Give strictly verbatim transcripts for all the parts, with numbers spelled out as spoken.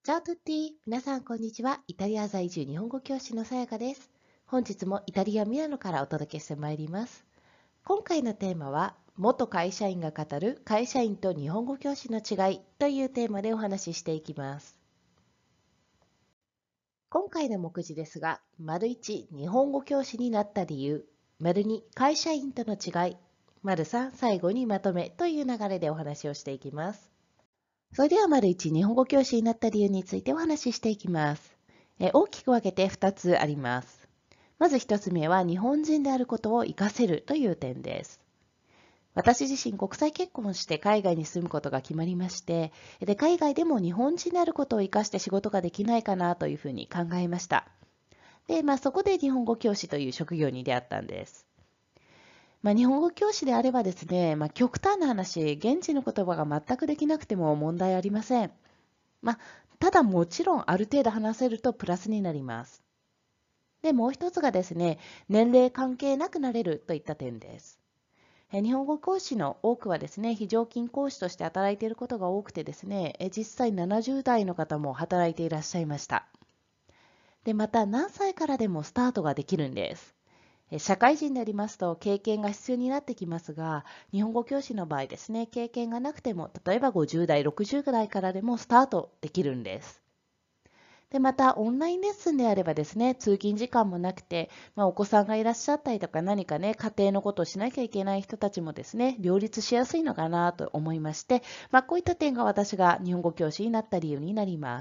チャオトゥッティ。皆さんこんにちは。イタリア在住日本語教師のさやかです。本日もイタリア・ミラノからお届けしてまいります。今回のテーマは、元会社員が語る会社員と日本語教師の違いというテーマでお話ししていきます。今回の目次ですが、丸いち、日本語教師になった理由、丸に、会社員との違い、丸さん、最後にまとめという流れでお話をしていきます。それでは、丸いち、日本語教師になった理由についてお話ししていきます。え大きく分けてふたつあります。まずひとつめは、日本人であることを活かせるという点です。私自身、国際結婚して海外に住むことが決まりまして、で海外でも日本人であることを活かして仕事ができないかなというふうに考えました。で、まあ、そこで日本語教師という職業に出会ったんです。まあ、日本語教師であればですね、まあ、極端な話、現地の言葉が全くできなくても問題ありません。まあ、ただもちろんある程度話せるとプラスになります。で、もう一つがですね、年齢関係なくなれるといった点です。日本語講師の多くはですね、非常勤講師として働いていることが多くてですね、実際ななじゅう代の方も働いていらっしゃいました。で、また何歳からでもスタートができるんです。社会人でありますと経験が必要になってきますが、日本語教師の場合ですね、経験がなくても、例えばごじゅう代、ろくじゅう代からでもスタートできるんです。で、またオンラインレッスンであればですね、通勤時間もなくて、まあ、お子さんがいらっしゃったりとか何かね、家庭のことをしなきゃいけない人たちもですね、両立しやすいのかなと思いまして、まあ、こういった点が私が日本語教師になった理由になります。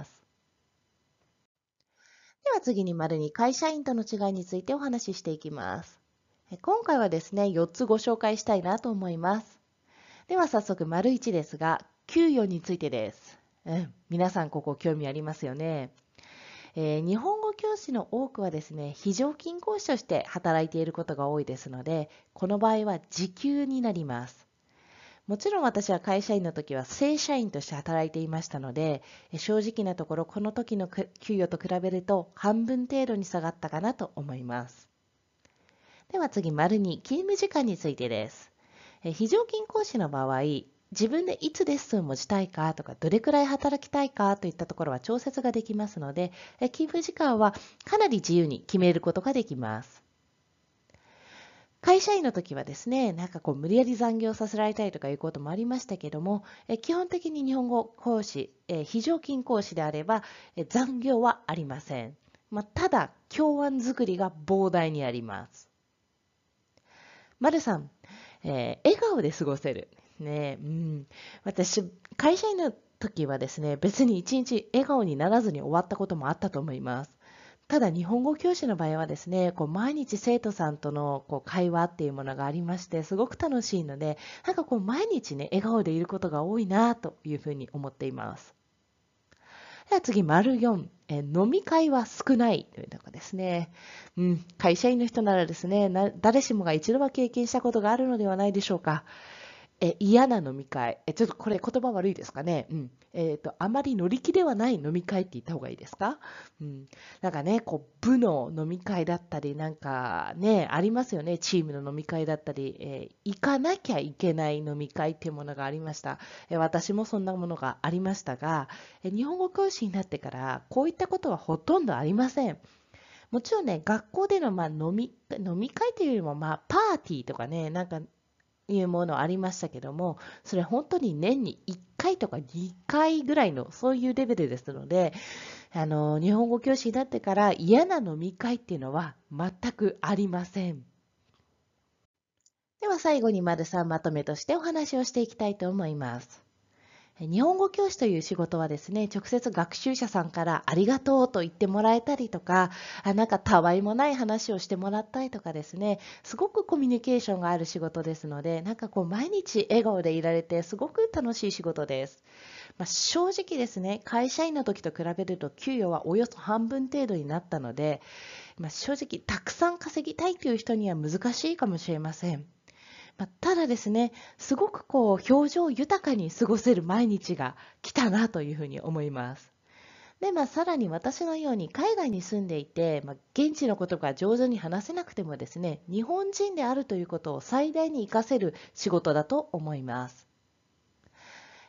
では次に丸に会社員との違いについてお話ししていきます。今回はですね、よっつご紹介したいなと思います。では早速丸いちですが、給与についてです。うん、皆さんここ興味ありますよね。えー日本語教師の多くはですね、非常勤講師として働いていることが多いですので、この場合は時給になります。もちろん私は会社員の時は正社員として働いていましたので、正直なところこの時の給与と比べると半分程度に下がったかなと思います。では次、丸に勤務時間についてです。非常勤講師の場合、自分でいつレッスンを持ちたいかとか、どれくらい働きたいかといったところは調節ができますので、勤務時間はかなり自由に決めることができます。会社員の時はですね、なんかこう無理やり残業させられたりとかいうこともありましたけども、基本的に日本語講師、非常勤講師であれば残業はありません。まあ、ただ、教案作りが膨大にあります。丸さん、えー笑顔で過ごせる。ね、うん。私、会社員の時はですね、別に一日笑顔にならずに終わったこともあったと思います。ただ、日本語教師の場合はですね、こう毎日生徒さんとのこう会話っていうものがありまして、すごく楽しいので、なんかこう毎日ね、笑顔でいることが多いなというふうに思っています。では次、丸よん、え飲み会は少ないというのがですね、うん、会社員の人ならですねな、誰しもが一度は経験したことがあるのではないでしょうか。え嫌な飲み会え、ちょっとこれ言葉悪いですかね。うん。えっ、と、あまり乗り気ではない飲み会って言った方がいいですか？うん。なんかね、こう、部の飲み会だったり、なんかね、ありますよね。チームの飲み会だったり、えー行かなきゃいけない飲み会っていうものがありました。え私もそんなものがありましたが、え日本語教師になってから、こういったことはほとんどありません。もちろんね、学校でのまあ飲み、飲み会というよりもまあパーティーとかね、なんかいうものありましたけども、それ本当に年にいっかいとかにかいぐらいのそういうレベルですので、あの、日本語教師になってから嫌な飲み会っていうのは全くありません。では最後に丸さんまとめとしてお話をしていきたいと思います。日本語教師という仕事はですね、直接学習者さんからありがとうと言ってもらえたりとか、あなんかたわいもない話をしてもらったりとかですね、すごくコミュニケーションがある仕事ですので、なんかこう毎日笑顔でいられてすごく楽しい仕事です。まあ、正直ですね、会社員の時と比べると給与はおよそ半分程度になったので、まあ、正直たくさん稼ぎたいという人には難しいかもしれません。まあ、ただですね、すごくこう表情豊かに過ごせる毎日が来たなというふうに思います。で、まあ、さらに私のように海外に住んでいて、まあ、現地のことが上手に話せなくてもですね、日本人であるということを最大に活かせる仕事だと思います。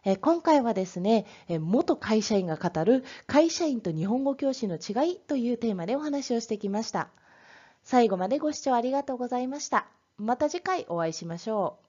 えー今回はですね、えー元会社員が語る会社員と日本語教師の違いというテーマでお話をしてきました。最後までご視聴ありがとうございました。また次回お会いしましょう。